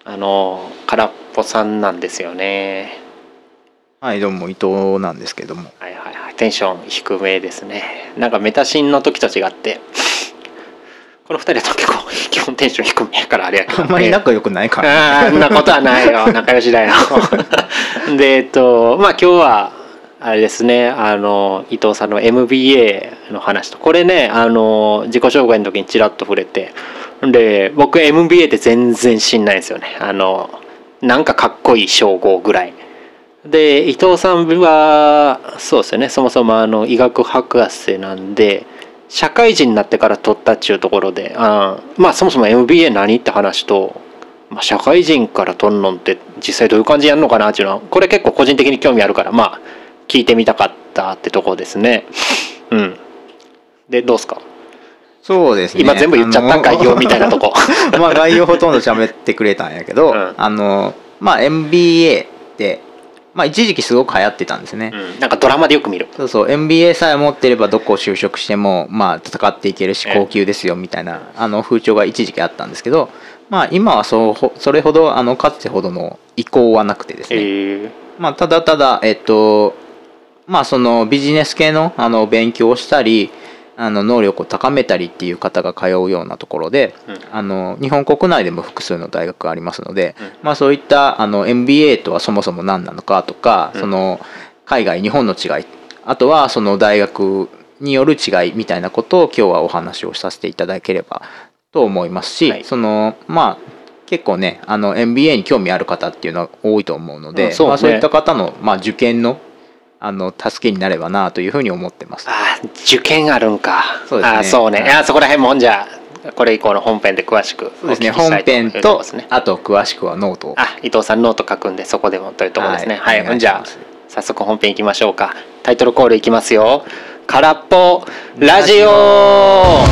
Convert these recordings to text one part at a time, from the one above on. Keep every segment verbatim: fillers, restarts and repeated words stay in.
あの空っぽさんなんですよね。 はい、どうも伊藤なんですけども。 はいはいはい、テンション低めですね。なんかメタシンの時と違ってこのふたりだと結構基本テンション低めやからあれやけど、 あんまり仲良くないから、ね、 あんなことはないよ、仲良しだよでえっとまあ今日はあれですね、あの伊藤さんの エムビーエー の話と、これねあの自己紹介の時にちらっと触れて、で僕 エムビーエー って全然知んないんですよね。あのなんかかっこいい称号ぐらいで、伊藤さんはそうですよね、そもそもあの医学博士なんで社会人になってから取ったっちゅうところで、あまあそもそも エムビーエー 何って話と、まあ、社会人から取んのって実際どういう感じやんのかなっていうのは、これ結構個人的に興味あるから、まあ聞いてみたかったってとこですね。うんでどうすか。 そうですね、 今全部言っちゃった概要みたいなとこまあ概要ほとんど喋ってくれたんやけど、うん、あのまあ エムビーエー ってまあ一時期すごく流行ってたんですね、 うん、なんかドラマでよく見る。 そうそう、 エムビーエー さえ持ってればどこを就職してもまあ戦っていけるし高級ですよみたいな、あの風潮が一時期あったんですけど、まあ今はそうそれほどあのかつてほどの意向はなくてですね、えー、まあただただえっとまあそのビジネス系のあの勉強をしたり、あの能力を高めたりっていう方が通うようなところで、うん、あの日本国内でも複数の大学がありますので、うん、まあ、そういったあの エムビーエー とはそもそも何なのかとか、うん、その海外日本の違い、あとはその大学による違いみたいなことを今日はお話をさせていただければと思いますし、はい、そのまあ結構ねあの エムビーエー に興味ある方っていうのは多いと思うので、うん そうね、まあ、そういった方の、まあ、受験のあの助けになればなというふうに思ってます。 あ、受験あるんか。 そうですね。 あ、そうね。はい、あ、そこら辺もじゃあこれ以降の本編で詳しくお聞きしたいと思いますね。本編と、あと詳しくはノートを。 あ、伊藤さんノート書くんでそこでもというところですね。はい。はい、じゃあ早速本編いきましょうか。タイトルコールいきますよ。空っぽラジオ。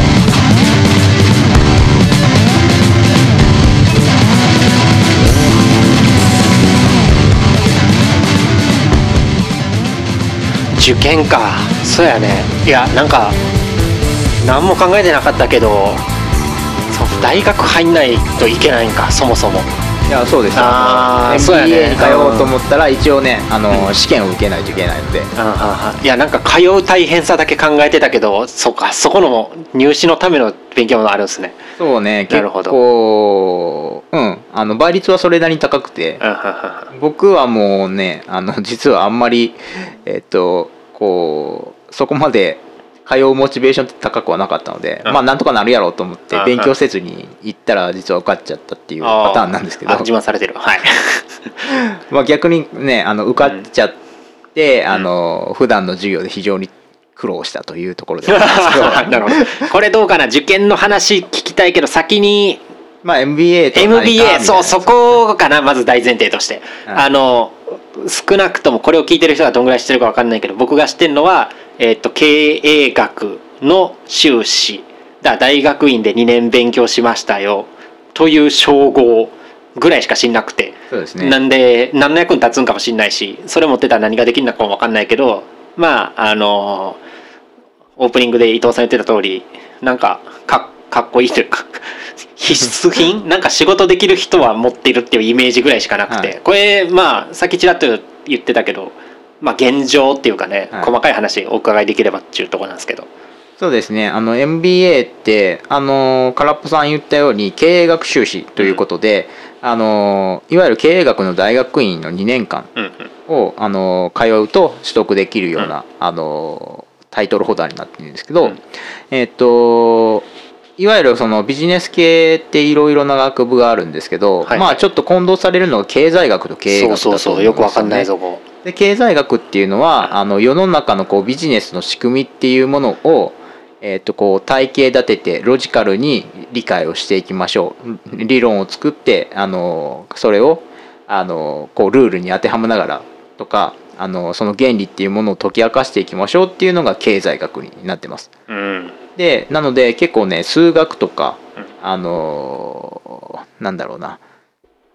受験か。そうやね。いやなんか何も考えてなかったけど、そう大学入んないといけないんか、そもそも。 いやそうです。ああ、エムビーエー に通おうと思ったら一応ねあの、うん、試験を受けないといけないので。 あいやなんか通う大変さだけ考えてたけど、そうか、そこの入試のための勉強もあるんですね。 そうね、結構うんあの倍率はそれなりに高くて、僕はもうねあの実はあんまりえっとこうそこまで通うモチベーションって高くはなかったので、うん、まあなんとかなるやろうと思って勉強せずに行ったら実は受かっちゃったっていうパターンなんですけど、 自慢されてる。はいまあ逆にねあの受かっちゃって、うん、あの普段の授業で非常に苦労したというところでなるほど。これどうかな、受験の話聞きたいけど先にまあ エムビーエー と何かエムビーエー そうそこかな、まず大前提として、うん、あの少なくともこれを聞いてる人がどんぐらい知ってるか分かんないけど、僕が知ってるのは、えー、と経営学の修士だ、大学院でにねん勉強しましたよという称号ぐらいしか知んなくて、 そうですね、 なんで何の役に立つんかもしんないし、それ持ってたら何ができるのかも分かんないけど、まああのオープニングで伊藤さん言ってた通り、なんか か, かっこいいというか必須品なんか仕事できる人は持っているっていうイメージぐらいしかなくて、はい、これまあさっきちらっと言ってたけど、まあ現状っていうかね、はい、細かい話お伺いできればっていうところなんですけど。 そうですね、あの エムビーエー ってあの空っぽさん言ったように経営学修士ということで、うん、あのいわゆる経営学の大学院のにねんかんを、うんうん、あの通うと取得できるような、うん、あのタイトルホルダーになっているんですけど、うん、えっといわゆるそのビジネス系っていろいろな学部があるんですけど、はいはい、まあちょっと混同されるのが経済学と経営学だと思うんですよね。そうそうそう、よくわかんないぞこうで経済学っていうのは、うん、あの世の中のこうビジネスの仕組みっていうものを、えー、とこう体系立ててロジカルに理解をしていきましょう、理論を作ってあのそれをあのこうルールに当てはめながらとか、あのその原理っていうものを解き明かしていきましょうっていうのが経済学になってます。うん、でなので結構ね数学とか、うん、あのなんだろうな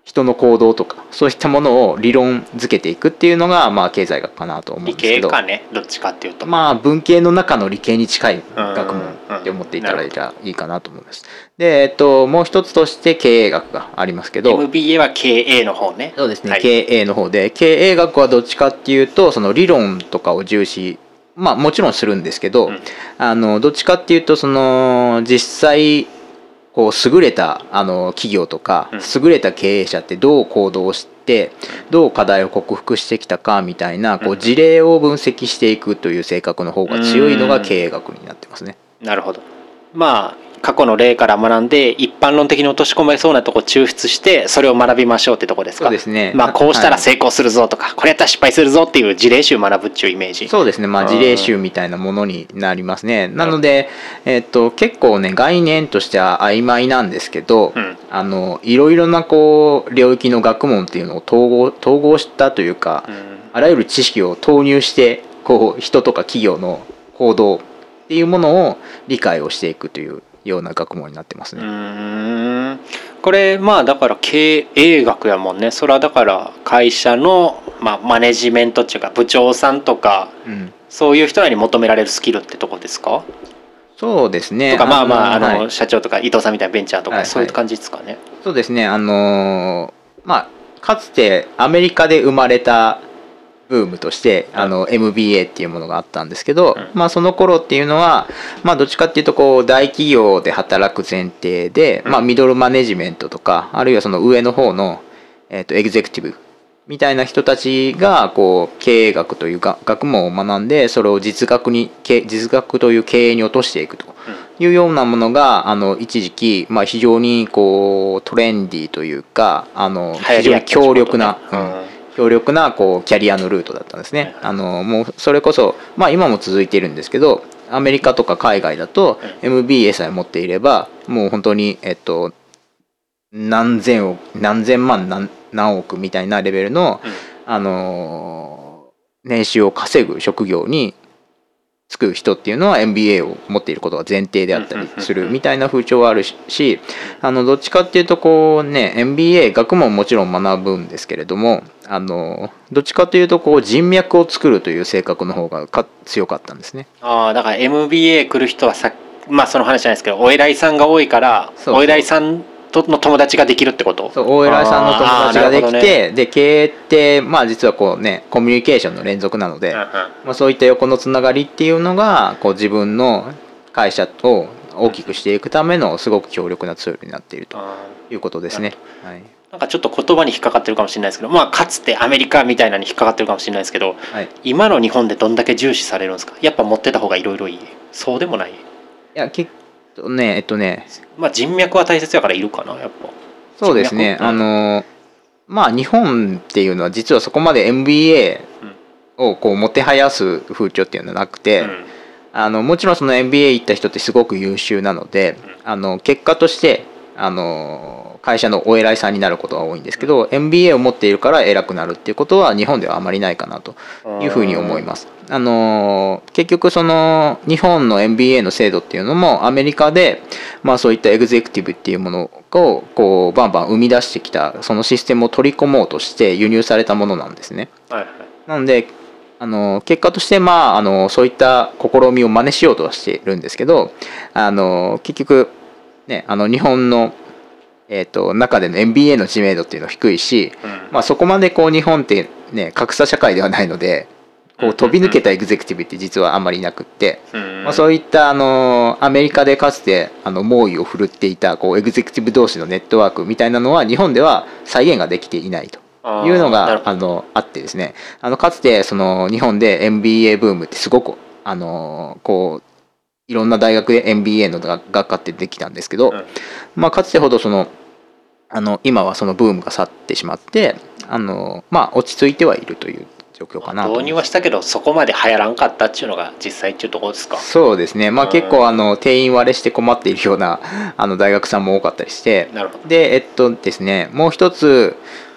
人の行動とかそういったものを理論づけていくっていうのが、まあ、経済学かなと思うんですけど、 理系かね、どっちかっていうと、 まあ文系の中の理系に近い学問って思っていただいたらいいかなと思います。で、えっと、もう一つとして経営学がありますけど、 エムビーエー は経営の方ね。 そうですね、 はい、 経営の方で、経営学はどっちかっていうとその理論とかを重視、まあもちろんするんですけど、うん、あのどっちかっていうとその実際こう優れたあの企業とか優れた経営者ってどう行動してどう課題を克服してきたかみたいなこう事例を分析していくという性格の方が強いのが経営学になってますね。 なるほど。まあ過去の例から学んで一般論的に落とし込めそうなとこ抽出してそれを学びましょうってとこですか。 そうですね。 まあこうしたら成功するぞとか、はい、これやったら失敗するぞっていう事例集学ぶっていうイメージ。 そうですね、まあ、事例集みたいなものになりますね。なので、えっと、結構ね概念としては曖昧なんですけど、うん、あのいろいろなこう領域の学問っていうのを統合統合したというか、うん、あらゆる知識を投入してこう人とか企業の行動っていうものを理解をしていくというような学問になってますね。 うーん、これまあだから経営学やもんね。それはだから会社の、まあ、マネジメントっていうか部長さんとか、うん、そういう人らに求められるスキルってとこですか。 そうですね。 とかまあまああの、はい、社長とか伊藤さんみたいなベンチャーとか、はいはい、そういう感じですかね。 そうですね。あのー、まあかつてアメリカで生まれたブームとしてあの エムビーエー っていうものがあったんですけど、うん、まあその頃っていうのはまあどっちかっていうとこう大企業で働く前提で、うん、まあミドルマネジメントとかあるいはその上の方のえっとエグゼクティブみたいな人たちがこう経営学というか学問を学んでそれを実学に実学という経営に落としていくというようなものがあの一時期まあ非常にこうトレンディーというかあの非常に強力な、うん強力なこうキャリアのルートだったんですね。あのもうそれこそ、まあ、今も続いているんですけどアメリカとか海外だと エムビーエー さえ持っていればもう本当に、えっと、何千億何千万 何, 何億みたいなレベルの、あの年収を稼ぐ職業に就く人っていうのは エムビーエー を持っていることが前提であったりするみたいな風潮はあるし、あのどっちかっていうとこうね エムビーエー 学問もちろん学ぶんですけれどもあのどっちかというとこう人脈を作るという性格の方がか強かったんですね。 ああだから エムビーエー 来る人はさまあその話じゃないですけどお偉いさんが多いからお偉いさんの友達ができるってこと。 そうお偉いさんの友達ができて、ね、で経営ってまあ実はこうねコミュニケーションの連続なので、うんうんまあ、そういった横のつながりっていうのがこう自分の会社を大きくしていくためのすごく強力なツールになっているということですね。はい、 なんかちょっと言葉に引っかかってるかもしれないですけど、まあ、かつてアメリカみたいなのに引っかかってるかもしれないですけど、はい、今の日本でどんだけ重視されるんですか。やっぱ持ってた方がいろいろいい。そうでもない。いや結構ねえっとねまあ人脈は大切やからいるかなやっぱ。 そうですね、あのまあ日本っていうのは実はそこまで エムビーエー をこうもてはやす風潮っていうのはなくて、うん、あのもちろんその エムビーエー 行った人ってすごく優秀なので、うん、あの結果としてあの会社のお偉いさんになることが多いんですけど、うん、エムビーエー を持っているから偉くなるっていうことは日本ではあまりないかなというふうに思います。あの結局その日本の エムビーエー の制度っていうのもアメリカで、まあ、そういったエグゼクティブっていうものをこうバンバン生み出してきたそのシステムを取り込もうとして輸入されたものなんですね。はいはい、なのであの結果として、まあ、あのそういった試みを真似しようとはしているんですけどあの結局、ね、あの日本のえー、と中での エムビーエー の知名度っていうのは低いし、うんまあ、そこまでこう日本って、ね、格差社会ではないのでこう飛び抜けたエグゼクティブって実はあんまりいなくって、うんまあ、そういったあのアメリカでかつてあの猛威を振るっていたこうエグゼクティブ同士のネットワークみたいなのは日本では再現ができていないというのが あ, あのあってですねあのかつてその日本で エムビーエー ブームってすごくあのこういろんな大学で エムビーエー の学科ってできたんですけど、うんまあ、かつてほどそのあの今はそのブームが去ってしまってあの、まあ、落ち着いてはいるという状況かなと。 導入はしたけどそこまで流行らんかったっていうのが実際っていうところですか。 そうですね、まあ、結構あの定員割れして困っているようなあの大学さんも多かったりして。なるほど。でえっとですねもう一つ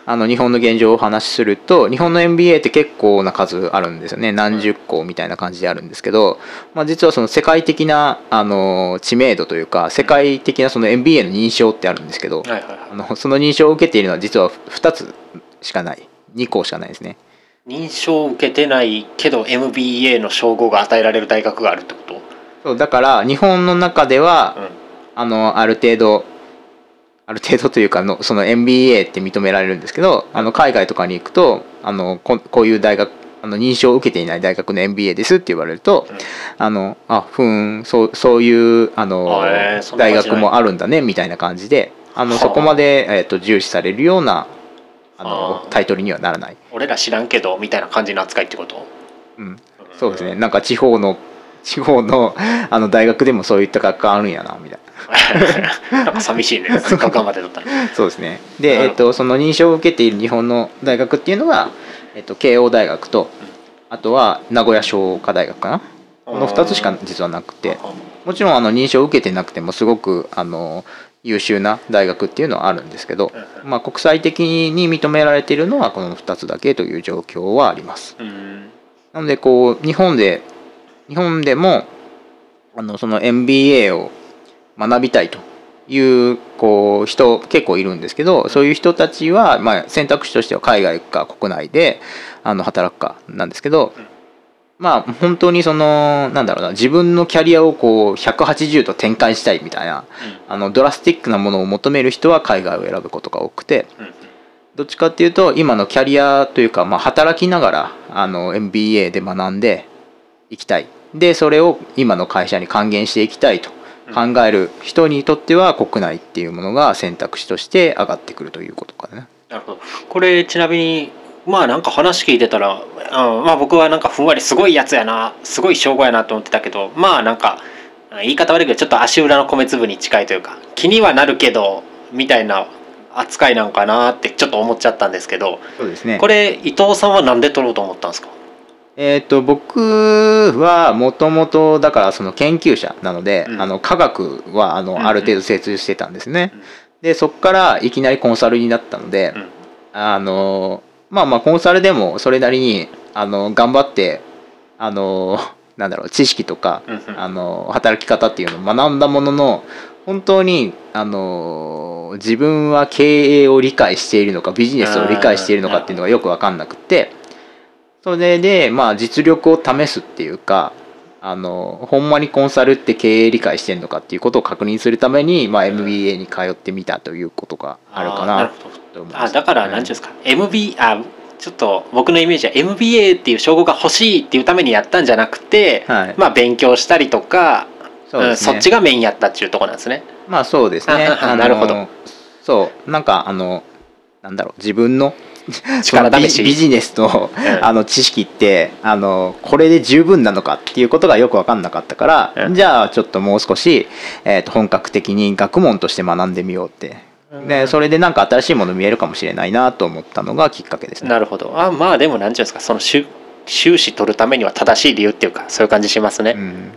あの日本の現状をお話しすると、日本の エムビーエー って結構な数あるんですよね。何十校みたいな感じであるんですけど、まあ、実はその世界的なあの知名度というか世界的なその エムビーエー の認証ってあるんですけど、 はいはいはい、 あのその認証を受けているのは実はふたつしかない、に校しかないですね。 認証を受けてないけど エムビーエー の称号が与えられる大学があるってこと？ そうだから日本の中では、うん、あのある程度ある程度というかのその エムビーエー って認められるんですけど、あの海外とかに行くとあの こ, こういう大学あの認証を受けていない大学の エムビーエー ですって言われると、うん、あのあふんそうそういうあのあ、えー、大学もあるんだねみたいな感じで、あのそこまで、えー、と重視されるようなあのタイトルにはならない。 俺ら知らんけどみたいな感じの扱いってこと？ うん、そうですね。なんか地方の地方のあの大学でもそういった学科あるんやなみたいな。 なんか寂しいね。学科までだったら。 そうですね。で、えっとその認証を受けている日本の大学っていうのが、えっと慶応大学と、あとは名古屋商科大学かな。このふたつしか実はなくて、もちろんあの認証を受けてなくてもすごくあの優秀な大学っていうのはあるんですけど、まあ国際的に認められているのはこのふたつだけという状況はあります。なのでこう日本で日本でもあのその エムビーエー を学びたいというこう人結構いるんですけど、そういう人たちはまあ選択肢としては海外か国内であの働くかなんですけど、まあ本当にそのなんだろうな、自分のキャリアをこうひゃくはちじゅうど展開したいみたいな、あのドラスティックなものを求める人は海外を選ぶことが多くて、どっちかっていうと今のキャリアというか、まあ働きながらあの エムビーエー で学んでいきたい、でそれを今の会社に還元していきたいと考える人にとっては国内っていうものが選択肢として上がってくるということかね。 なるほど。これちなみにまあなんか話聞いてたら、うん、まあ僕はなんかふんわりすごいやつやな、すごい称号やなと思ってたけど、まあなんか言い方悪いけどちょっと足裏の米粒に近いというか気にはなるけどみたいな扱いなんかなってちょっと思っちゃったんですけど。 そうですね。 これ伊藤さんはなんで取ろうと思ったんですか？ えー、と僕はもともとだからその研究者なので、うん、あの科学はあのある程度精通してたんですね、うんうん、でそこからいきなりコンサルになったので、うん、あのまあまあコンサルでもそれなりにあの頑張ってあのなんだろう知識とか、うんうん、あの働き方っていうのを学んだものの、本当にあの自分は経営を理解しているのかビジネスを理解しているのかっていうのがよく分かんなくて、それでまあ実力を試すっていうか、あのほんまにコンサルって経営理解してるのかっていうことを確認するために、まあ、エムビーエー に通ってみたということがあるかなと思います。 あ、だから何ていうんですか、うん、エムビー あちょっと僕のイメージは エムビーエー っていう称号が欲しいっていうためにやったんじゃなくて、はい、まあ勉強したりとか そ,、ねうん、そっちがメインやったっていうところなんですね。 まあそうですね。あなるほど。そうなんかあのなんだろう自分の力試しビジネスの、うん、あの知識ってあのこれで十分なのかっていうことがよく分かんなかったから、うん、じゃあちょっともう少し、えー、と本格的に学問として学んでみようって、うん、でそれでなんか新しいもの見えるかもしれないなと思ったのがきっかけですね。 なるほど。あまあでも何ていうんですか、その修士取るためには正しい理由っていうかそういう感じしますね。うん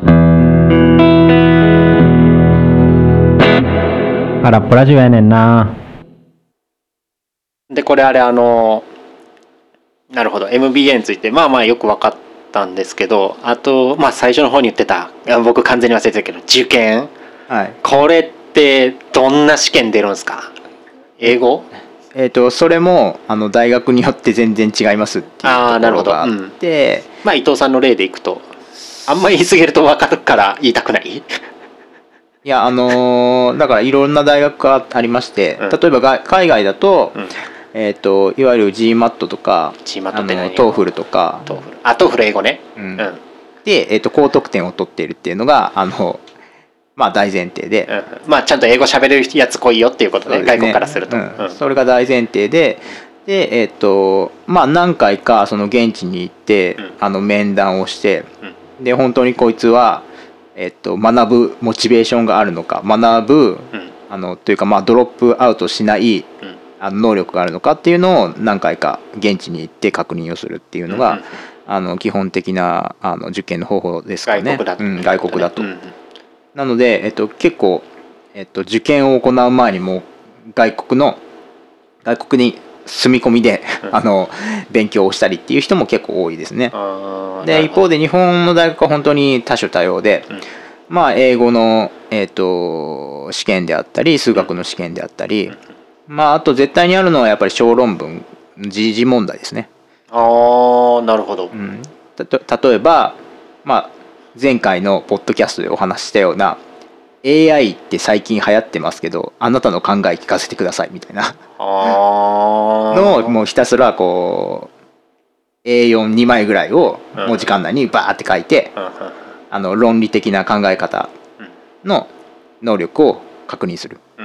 空っぽラジオやねんな。 でこれあれあのなるほど エムビーエー についてまあまあよく分かったんですけど、あとまあ最初の方に言ってた僕完全に忘れてたけど受験、はい、これってどんな試験出るんですか？英語？ えーとそれもあの大学によって全然違いますっていうところがあって、 うん、まあ伊藤さんの例でいくとあんまり言い過ぎると分かるから言いたくない？いやあのー、だからいろんな大学がありまして、うん、例えば海外だと、うんえー、といわゆる ジーマット とかジーマット って何？ トーフル とかあ トーフル 英語ね、 うんうん、で、えー、と高得点を取っているっていうのがあの、まあ、大前提で、 うん、まあちゃんと英語喋れるやつ来いよっていうこと ね, ね外国からすると、うんうん、それが大前提でで、えーとまあ、何回かその現地に行って、うん、あの面談をして、うん、で本当にこいつは、えー、と学ぶモチベーションがあるのか学ぶ、うん、あのというか、まあ、ドロップアウトしない、うんあの能力があるのかっていうのを何回か現地に行って確認をするっていうのが、うんうん、あの基本的なあの受験の方法ですかね。 外国だと、 うん、外国だと、うんうん、なので、えっと、結構、えっと、受験を行う前にも外国の外国に住み込みであの勉強をしたりっていう人も結構多いですね。で一方で日本の大学は本当に多種多様で、うん、まあ英語の、えーと、試験であったり数学の試験であったり、うん、まああと絶対にあるのはやっぱり小論文時事問題ですね。 ああ、なるほど。 うん、たと例えば、まあ、前回のポッドキャストでお話ししたような エーアイ って最近流行ってますけどあなたの考え聞かせてくださいみたいなのをもうひたすらこう エーよんに 枚ぐらいを文字間内にバーって書いて、うん、あの論理的な考え方の能力を確認する。うん、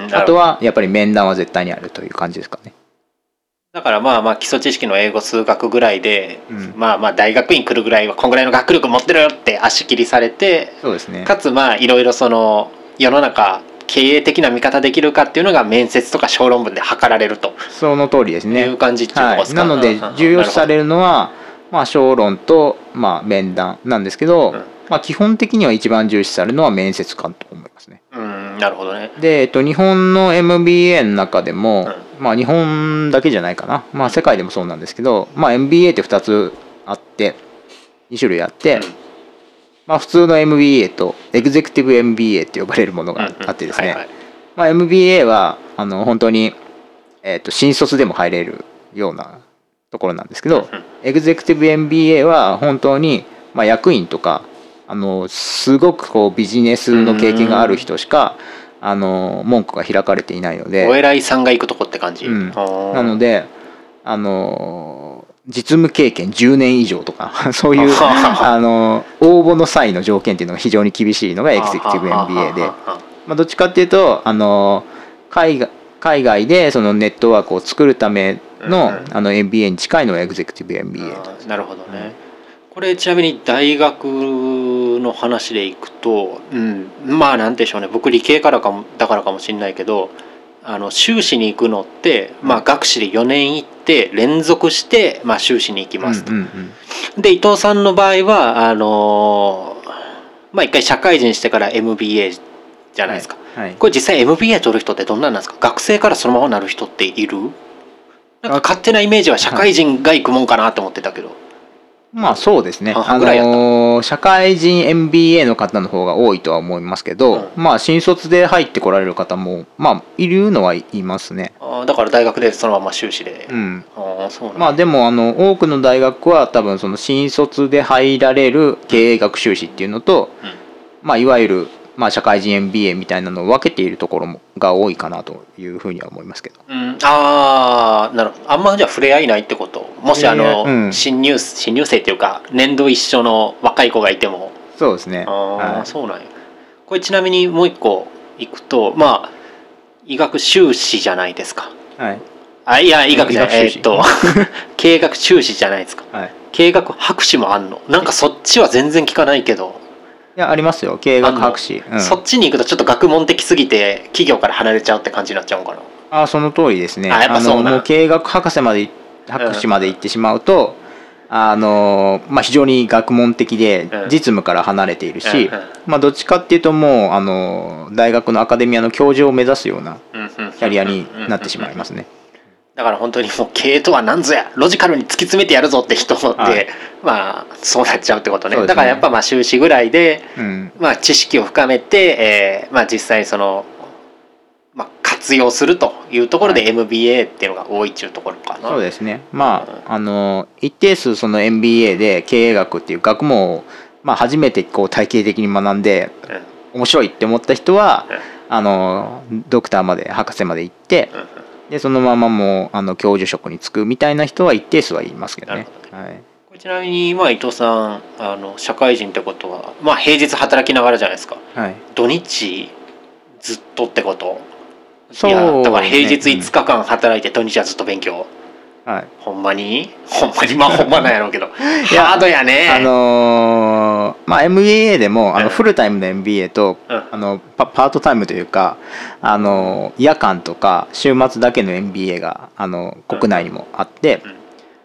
あとはやっぱり面談は絶対にあるという感じですかね。 だからまあまあ基礎知識の英語数学ぐらいで、うん、まあまあ大学院来るぐらいはこんぐらいの学力持ってるよって足切りされて、 そうですね、 かつまあいろいろその世の中経営的な見方できるかっていうのが面接とか小論文で測られると、 その通りですね、 いう感じっていうことですか。 はい、なので重要視されるのはまあ小論とまあ面談なんですけど、うん、まあ基本的には一番重視されるのは面接かと思いますね。 うん、なるほどね。 で、えっと、日本の エムビーエー の中でも、うん、まあ日本だけじゃないかな、まあ世界でもそうなんですけど、まあ エムビーエー ってふたつあってに種類あって、うん、まあ普通の エムビーエー とエグゼクティブ エムビーエー って呼ばれるものがあってですね、まあ エムビーエー はあの本当に、えっと、新卒でも入れるようなところなんですけど、うん、エグゼクティブ エムビーエー は本当に、まあ、役員とかあのすごくこうビジネスの経験がある人しかあの門戸が開かれていないので、 お偉いさんが行くとこって感じ、うん、 なのであの実務経験じゅうねん以上とかそういうあの応募の際の条件っていうのが非常に厳しいのがエグゼクティブ エムビーエー で、まあ、どっちかっていうとあの海外海外でそのネットワークを作るための、うんうん、あの エムビーエー に近いのはエグゼクティブ エムビーエー と。 なるほどね。これちなみに大学の話でいくと、うん、まあなんでしょうね、僕理系からかもだからかもしれないけど、あの修士に行くのって、まあ、学士でよねん行って連続して、まあ、修士に行きますと。うんうんうん、で伊藤さんの場合はあのまあ一回社会人してから エムビーエー じゃないですか、はいはい、これ実際 エムビーエー 取る人ってどんなんなんですか。学生からそのままなる人っている？なんか勝手なイメージは社会人が行くもんかなと思ってたけど、はい、 まあそうですね、あのー、社会人 エムビーエー の方の方が多いとは思いますけど、うん、まあ新卒で入ってこられる方もまあいるのはいますね。 あ、だから大学でそのまま修士で、うん、 あ、そうなんだ。まあでもあの多くの大学は多分その新卒で入られる経営学修士っていうのと、うん、まあいわゆるまあ社会人 エムビーエー みたいなのを分けているところもが多いかなというふうには思いますけど、 うん、ああなるほど。あんまじゃあ触れ合いないってこと。もしあの、うん、新入新入生っていうか年度一緒の若い子がいても。 そうですね。 ああ、はい、そうなんや。これちなみにもう一個いくと、まあ医学修士じゃないですか。 はい。 あ、いや医学じゃない、えー、っと経営学修士じゃないですか。はい。経営学博士もあんの。なんかそっちは全然聞かないけど。 いやありますよ、経営学博士、 うん、そっちに行くとちょっと学問的すぎて企業から離れちゃうって感じになっちゃうのかな。 あ、その通りですね。あ、やっぱそうな。あのもう経営学博士まで博士まで行ってしまうと、うん、あのまあ、非常に学問的で実務から離れているし、うん、まあ、どっちかっていうともうあの大学のアカデミアの教授を目指すようなキャリアになってしまいますね。 だから本当にもう経営とは何ぞやロジカルに突き詰めてやるぞって人って、はい、まあそうなっちゃうってこと ね, ねだからやっぱまあ修士ぐらいで、うん、まあ、知識を深めて、えーまあ、実際その、まあ、活用するというところで エムビーエー っていうのが多いっていうところかな、はい、 そうですね。まあ、うん、あの一定数その エムビーエー で経営学っていう学問を、まあ、初めてこう体系的に学んで、うん、面白いって思った人は、うん、あのドクターまで博士まで行って、うん、でそのままもうあの教授職に就くみたいな人は一定数はいますけどね。どね、はい、 これちなみに、まあ、伊藤さんあの社会人ってことは、まあ、平日働きながらじゃないですか、はい、土日ずっとってこと。そう、ね、いやだから平日いつかかん働いて土日はずっと勉強、はい、ほんまにほんまにまあほんまなんやろうけどハードやね。 あのー、まあ エムビーエー でもあのフルタイムの エムビーエー と、うん、あの パ, パートタイムというかあの夜間とか週末だけの エムビーエー があの国内にもあって、うん、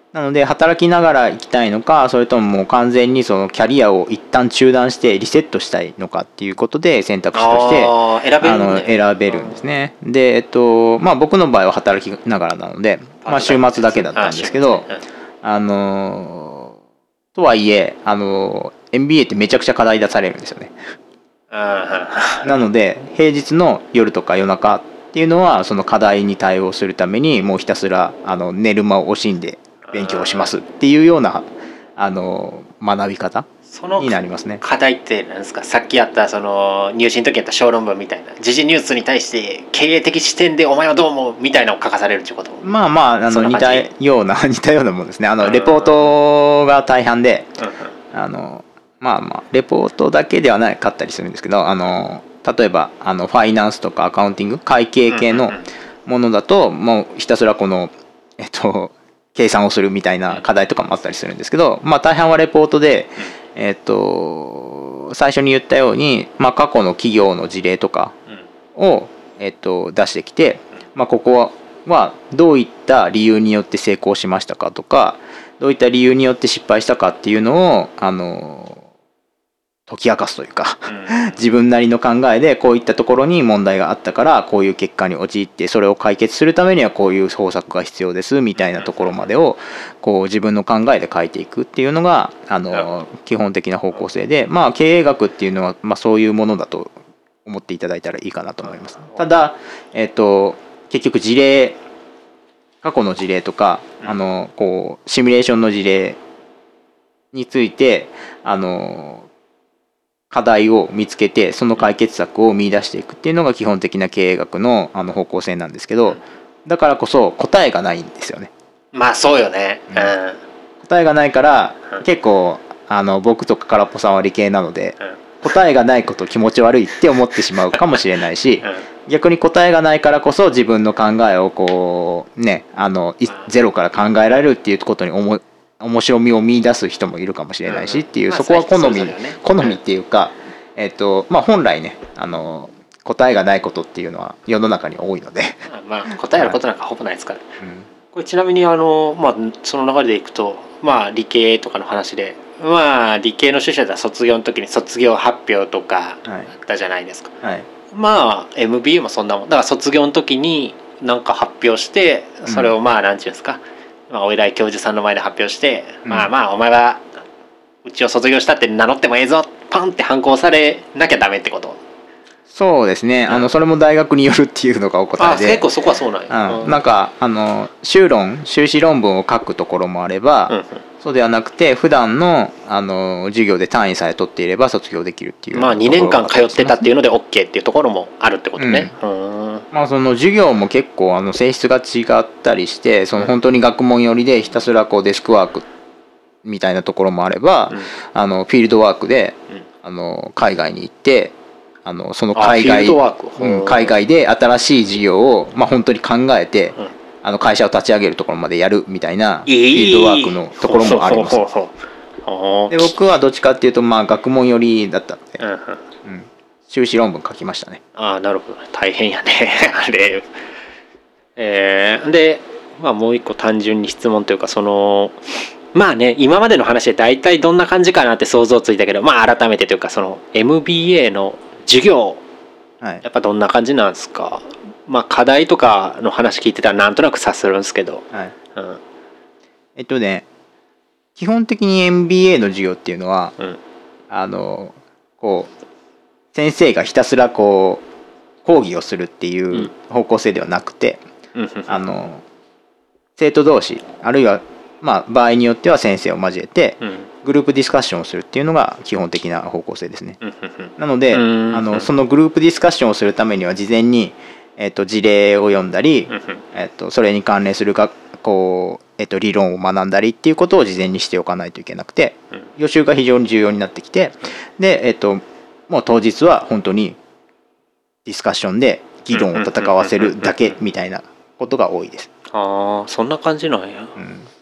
なので働きながら行きたいのか、それとももう完全にそのキャリアを一旦中断してリセットしたいのかっていうことで選択肢としてあ選べる、ね、 あの選べるんですね。で、えっとまあ、僕の場合は働きながらなので、まあ、週末だけだったんですけど、あのとはいえあの エムビーエー ってめちゃくちゃ課題出されるんですよね。なので平日の夜とか夜中っていうのはその課題に対応するためにもうひたすらあの寝る間を惜しんで勉強しますっていうようなあの学び方になりますね。 課題って何ですか？さっきやったその入試の時やった小論文みたいな時事ニュースに対して経営的視点でお前はどう思うみたいなのを書かされるってこと？ まあまああの似たような似たようなもんですね。あのレポートが大半で、うんうん、あのまあまあレポートだけではなかったりするんですけど、あの例えばあのファイナンスとかアカウンティング会計系のものだともうひたすらこのえっと計算をするみたいな課題とかもあったりするんですけど、まあ大半はレポートで、えっと最初に言ったように、まあ、過去の企業の事例とかを、えっと出してきて、まあ、ここはどういった理由によって成功しましたかとか、どういった理由によって失敗したかっていうのをあの解き明かすというか自分なりの考えでこういったところに問題があったからこういう結果に陥って、それを解決するためにはこういう方策が必要ですみたいなところまでをこう自分の考えで書いていくっていうのがあの基本的な方向性で、まあ経営学っていうのはまあそういうものだと思っていただいたらいいかなと思います。ただ、えっと結局事例過去の事例とかあのこうシミュレーションの事例についてあの課題を見つけてその解決策を見出していくっていうのが基本的な経営学のあの方向性なんですけど、だからこそ答えがないんですよね。 まあそうよね、うん、 答えがないから結構あの僕とか空っぽさんは理系なので、答えがないこと気持ち悪いって思ってしまうかもしれないし、逆に答えがないからこそ自分の考えをこうねあのゼロから考えられるっていうことに思面白みを見出す人もいるかもしれないしっていう、そこは好み好みっていうか、えっとまあ本来ねあの答えがないことっていうのは世の中に多いのでまあ答えあることなんかほぼないですから、うん、これちなみにあのまあその流れでいくとまあ理系とかの話で、まあ理系の出社だったら卒業の時に卒業発表とかあったじゃないですか、はいはい、まあ エムビーエー もそんなもんだから、卒業の時に何か発表してそれをまあ何て言うんですか、まあ、お偉い教授さんの前で発表して、うん、まあまあお前はうちを卒業したって名乗ってもええぞパンって反抗されなきゃダメってこと？ そうですね、うん、あのそれも大学によるっていうのがお答えで、 あ結構そこはそうなんや、 うん、なんかあの修論修士論文を書くところもあれば、うんうん、そうではなくて普段のあの授業で単位さえ取っていれば卒業できるっていう、 まあにねんかん通ってたっていうので OK っていうところもあるってことね、うん、うんまあその授業も結構あの性質が違ったりして、その本当に学問寄りでひたすらこうデスクワークみたいなところもあれば、うん、あのフィールドワークで、うん、あの海外に行ってあのその海外、うん、海外で新しい事業を、まあ、本当に考えて、うん、あの会社を立ち上げるところまでやるみたいなフィールドワークのところもあります。で僕はどっちかっていうと、まあ、学問寄りだったので、うんうん、修士論文書きましたね。 ああなるほど、大変やねあれ、えー、で、まあ、もう一個単純に質問というか、そのまあね今までの話で大体どんな感じかなって想像ついたけど、まあ改めてというかその エムビーエー の授業、はい、やっぱどんな感じなんですか？まあ課題とかの話聞いてたらなんとなく察するんですけど、はいうん、 えっとね基本的に エムビーエー の授業っていうのは、うん、あのこう先生がひたすらこう講義をするっていう方向性ではなくて、うん、あの生徒同士あるいはまあ場合によっては先生を交えてグループディスカッションをするっていうのが基本的な方向性ですね。なのであのそのグループディスカッションをするためには事前に、えー、と事例を読んだり、えー、とそれに関連する学こう、えー、と理論を学んだりっていうことを事前にしておかないといけなくて、予習が非常に重要になってきて、で、えー、ともう当日は本当にディスカッションで議論を戦わせるだけみたいなことが多いです。 ああそんな感じなんや、うん、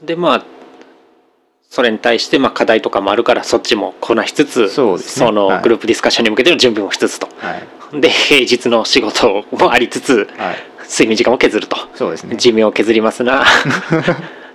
でまあそれに対してまあ課題とかもあるからそっちもこなしつつ そ,、ね、そのグループディスカッションに向けての準備もしつつと、はい、で平日の仕事もありつつ、はい、睡眠時間を削ると、 そうですね、 寿命を削りますな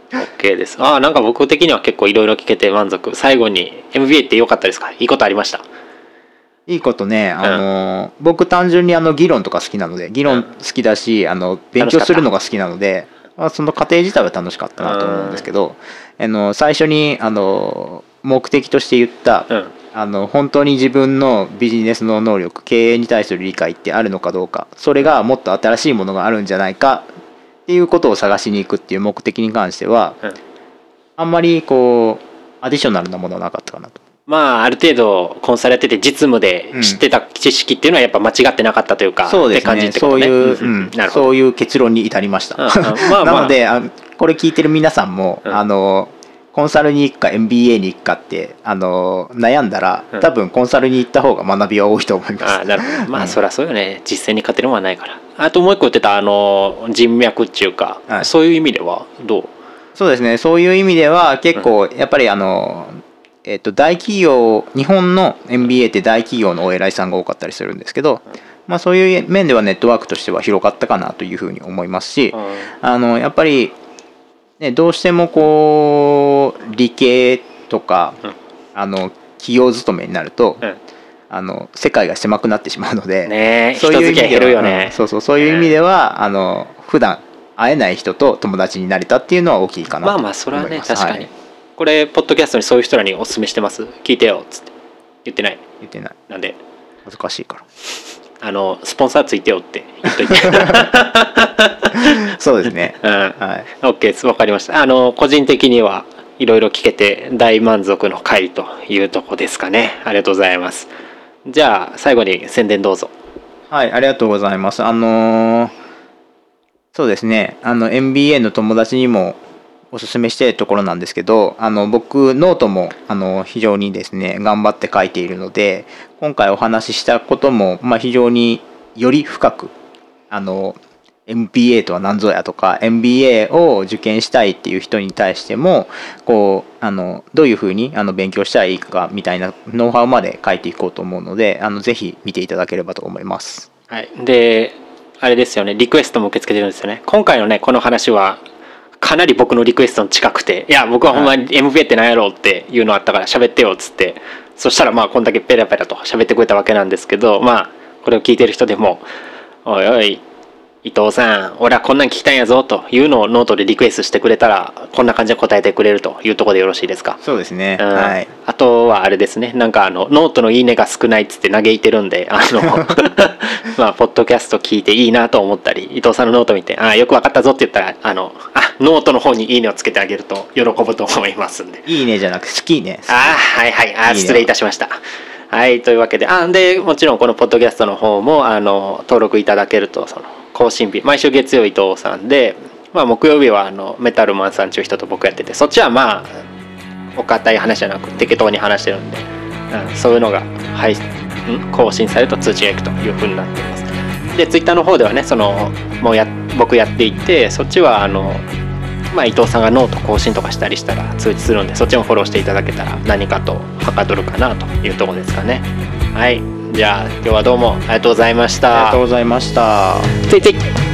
OK です。ああ、なんか僕的には結構いろいろ聞けて満足。最後に エムビーエー って良かったですか？いいことありました？ いいことね、あの、うん、僕単純にあの議論とか好きなので、議論好きだし、うん、あの勉強するのが好きなので、まあ、その過程自体は楽しかったなと思うんですけど、うん、あの最初にあの目的として言った、うん、あの本当に自分のビジネスの能力、経営に対する理解ってあるのかどうか、それがもっと新しいものがあるんじゃないかっていうことを探しに行くっていう目的に関しては、うん、あんまりこうアディショナルなものはなかったかなと。 まあある程度コンサルやってて実務で知ってた知識っていうのはやっぱ間違ってなかったというか、 そうですね、 って感じってことね。 そういう、うん、そういう結論に至りました。うんうん、まあまあ、なのであこれ聞いてる皆さんも、うん、あのコンサルに行くか エムビーエー に行くかってあの悩んだら、うん、多分コンサルに行った方が学びは多いと思います。 あ、なるほど。まあ、うん、そりゃそうよね。実践に勝てるものはないから。あともう一個言ってたあの人脈っていうか、はい、そういう意味ではどう？ そうですね、そういう意味では結構やっぱりあの、えー、と大企業、日本の エムビーエー って大企業のお偉いさんが多かったりするんですけど、まあ、そういう面ではネットワークとしては広がったかなというふうに思いますし、あのやっぱり、ね、どうしてもこう理系とか、あの企業勤めになると、あの世界が狭くなってしまうので、 ね、 そういう意味では、 減るよね。 そうそう、そういう意味ではあの普段会えない人と友達になれたっていうのは大きいかなと思います。 まあまあそれはね、確かに、はい、これポッドキャストにそういう人らにお勧めしてます。聞いてよっつって言ってない言ってない。 なんで恥ずかしいからあのスポンサーついてよって言っといてそうですね、 うん、はい、 OK です。分かりました。あの個人的にはいろいろ聞けて大満足の回というとこですかね。ありがとうございます。じゃあ最後に宣伝どうぞ。 はい、ありがとうございます。あのー、そうですね、あの エムビーエー の友達にもおすすめしているところなんですけど、あの僕ノートもあの非常にですね頑張って書いているので、今回お話ししたことも、まあ、非常により深くあの エムビーエー とは何ぞやとか エムビーエー を受験したいっていう人に対してもこうあのどういうふうにあの勉強したらいいかみたいなノウハウまで書いていこうと思うので、あのぜひ見ていただければと思います。 はい、であれですよね、リクエストも受け付けてるんですよね。今回のねこの話はかなり僕のリクエストに近くて、いや僕はほんまに エムビーエー って何やろうっていうのあったから喋ってよっつって、そしたらまあこんだけペラペラと喋ってくれたわけなんですけど、まあこれを聞いてる人でもおいおい伊藤さん俺はこんなん聞きたいんやぞというのをノートでリクエストしてくれたらこんな感じで答えてくれるというところでよろしいですか？ そうですね、 うん、 はい。 あとはあれですね、なんかあのノートのいいねが少ないっつって嘆いてるんで、あのまあポッドキャスト聞いていいなと思ったり、伊藤さんのノート見てあよく分かったぞって言ったらあのあノートの方にいいねをつけてあげると喜ぶと思いますんで。 いいねじゃなくて好きね。 あはいはい、あ失礼いたしました。はい、というわけで、あでもちろんこのポッドキャストの方もあの登録いただけると、その更新日毎週月曜伊藤さんで、まあ、木曜日はあのメタルマンさんちゅう人と僕やってて、そっちはまあお堅い話じゃなく適当に話してるんで、うん、そういうのが、はい、ん更新されると通知がいくというふうになっています。でツイッターの方ではね、そのもうや僕やっていて、そっちはあの、まあ、伊藤さんがノート更新とかしたりしたら通知するんで、そっちもフォローしていただけたら何かとはかどるかなというところですかね。はい、じゃあ今日はどうもありがとうございました。 ありがとうございました。 ついつい